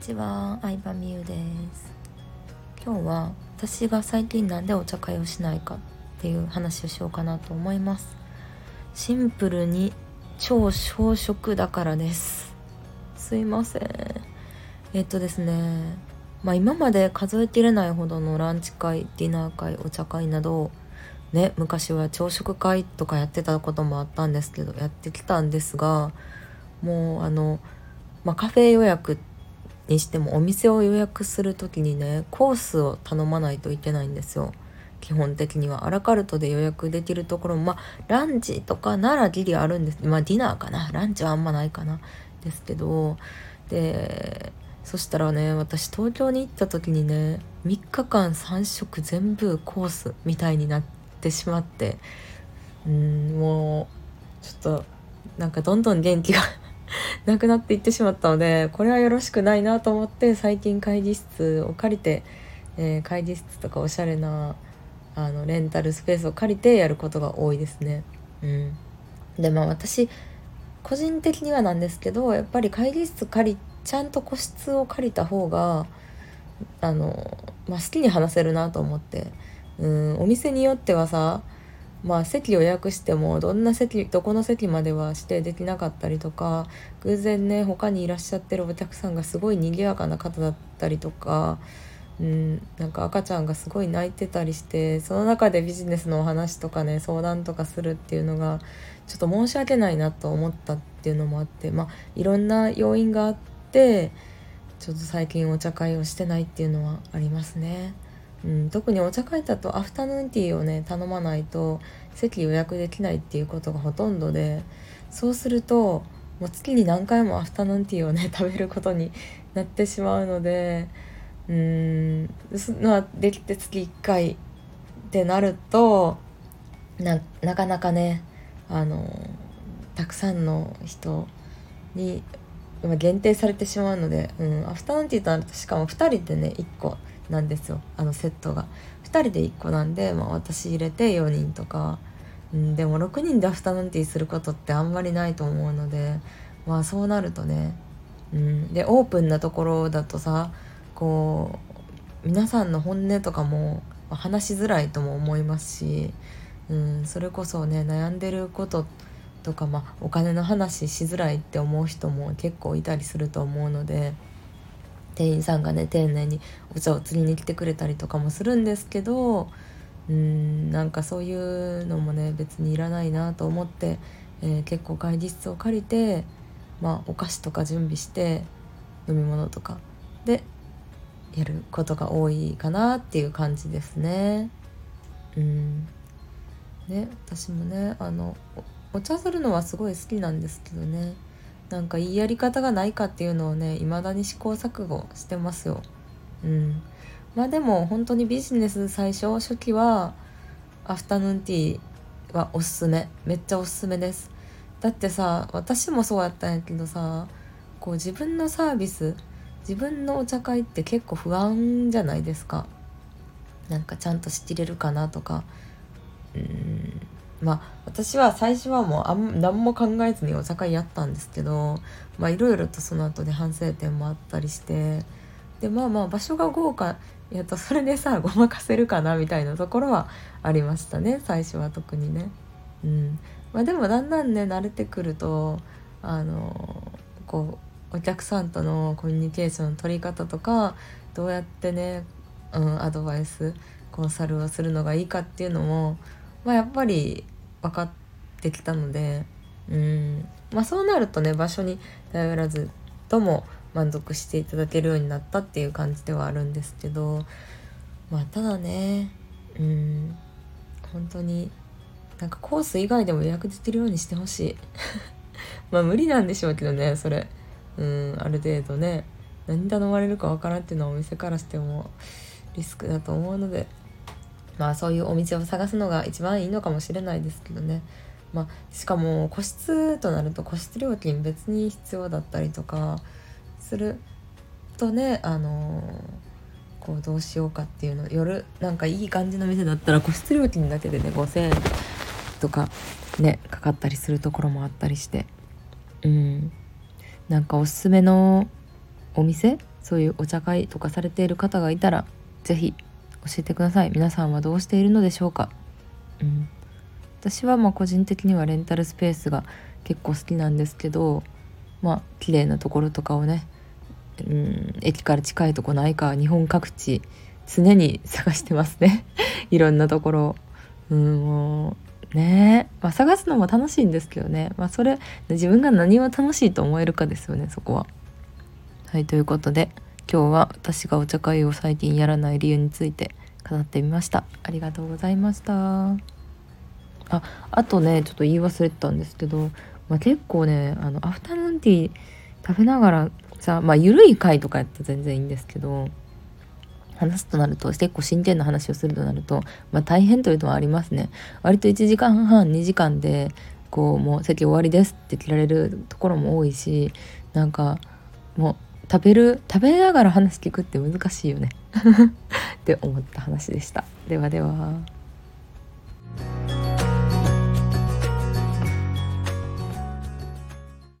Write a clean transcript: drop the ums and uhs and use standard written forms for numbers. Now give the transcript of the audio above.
ちは、相葉美優です。今日は私が最近なんでお茶会をしないかっていう話をしようかなと思います。シンプルに超小食だからです。すいません。ですね、今まで数えきれないほどのランチ会、ディナー会、お茶会などね、昔は朝食会とかやってたこともあったんですけど、やってきたんですが、もうカフェ予約にしてもお店を予約するときにね、コースを頼まないといけないんですよ。基本的にはアラカルトで予約できるところも、ランチとかならギリあるんです。ディナーかな、ランチはあんまないかなですけど、でそしたらね、私東京に行った時にね、3日間3食全部コースみたいになってしまって、もうちょっとなんかどんどん元気がなくなっていってしまったので、これはよろしくないなと思って、最近会議室を借りて、会議室とかおしゃれなレンタルスペースを借りてやることが多いですね。で私個人的にはなんですけど、やっぱり会議室ちゃんと個室を借りた方が好きに話せるなと思って。お店によってはさ、席を予約してもどこの席までは指定できなかったりとか、偶然ね他にいらっしゃってるお客さんがすごい賑やかな方だったりとか、なんか赤ちゃんがすごい泣いてたりして、その中でビジネスのお話とかね、相談とかするっていうのがちょっと申し訳ないなと思ったっていうのもあって、いろんな要因があって、ちょっと最近お茶会をしてないっていうのはありますね。特にお茶会だとアフタヌーンティーをね頼まないと席予約できないっていうことがほとんどで、そうするともう月に何回もアフタヌーンティーをね食べることになってしまうので、できて月1回ってなると、なかなかねたくさんの人に限定されてしまうので、アフタヌーンティーとなると、しかも2人でね1個なんですよ。セットが2人で1個なんで、私入れて4人とか、でも6人でアフタヌーンティーすることってあんまりないと思うので、そうなるとね、でオープンなところだとさ、こう皆さんの本音とかも話しづらいとも思いますし、それこそね悩んでることとか、お金の話しづらいって思う人も結構いたりすると思うので、店員さんがね丁寧にお茶を釣りに来てくれたりとかもするんですけど、なんかそういうのもね別にいらないなと思って、結構会議室を借りて、お菓子とか準備して飲み物とかでやることが多いかなっていう感じですね。私もねお茶するのはすごい好きなんですけどね、なんかいいやり方がないかっていうのをね未だに試行錯誤してますよ。でも本当にビジネス最初初期はアフタヌーンティーはおすすめ、めっちゃおすすめです。だってさ、私もそうやったんやけどさ、こう自分のサービス、自分のお茶会って結構不安じゃないですか。なんかちゃんと仕切れるかなとか。私は最初はもう何も考えずにお茶会やったんですけど、いろいろとその後で反省点もあったりして、で場所が豪華やとそれでさごまかせるかなみたいなところはありましたね、最初は特にね。でもだんだんね慣れてくると、こうお客さんとのコミュニケーションの取り方とか、どうやってね、アドバイスコンサルをするのがいいかっていうのも、やっぱり分かってきたので、そうなるとね場所に頼らずとも満足していただけるようになったっていう感じではあるんですけど、ただね、本当になんかコース以外でも予約できるようにしてほしい無理なんでしょうけどね、それある程度ね何頼まれるかわからんっていうのはお店からしてもリスクだと思うので、そういうお店を探すのが一番いいのかもしれないですけどね。しかも個室となると個室料金別に必要だったりとかするとね、こうどうしようかっていうの、夜なんかいい感じの店だったら個室料金だけでね5000円とかねかかったりするところもあったりして、なんかおすすめのお店そういうお茶会とかされている方がいたらぜひ教えてください。皆さんはどうしているのでしょうか。私は個人的にはレンタルスペースが結構好きなんですけど、綺麗なところとかをね、駅から近いとこないか日本各地常に探してますねいろんなところ。もうね、探すのも楽しいんですけどね、それ自分が何を楽しいと思えるかですよね、そこは。はい、ということで今日は私がお茶会を最近やらない理由について語ってみました。ありがとうございました。あとね、ちょっと言い忘れてたんですけど、結構ねアフタヌーンティー食べながらさ、ゆるい回とかやったら全然いいんですけど、話すとなると結構真剣な話をするとなると、大変というのはありますね。割と1時間半2時間でもう席終わりですって切られるところも多いし、もう食べながら話聞くって難しいよねって思った話でした。ではでは。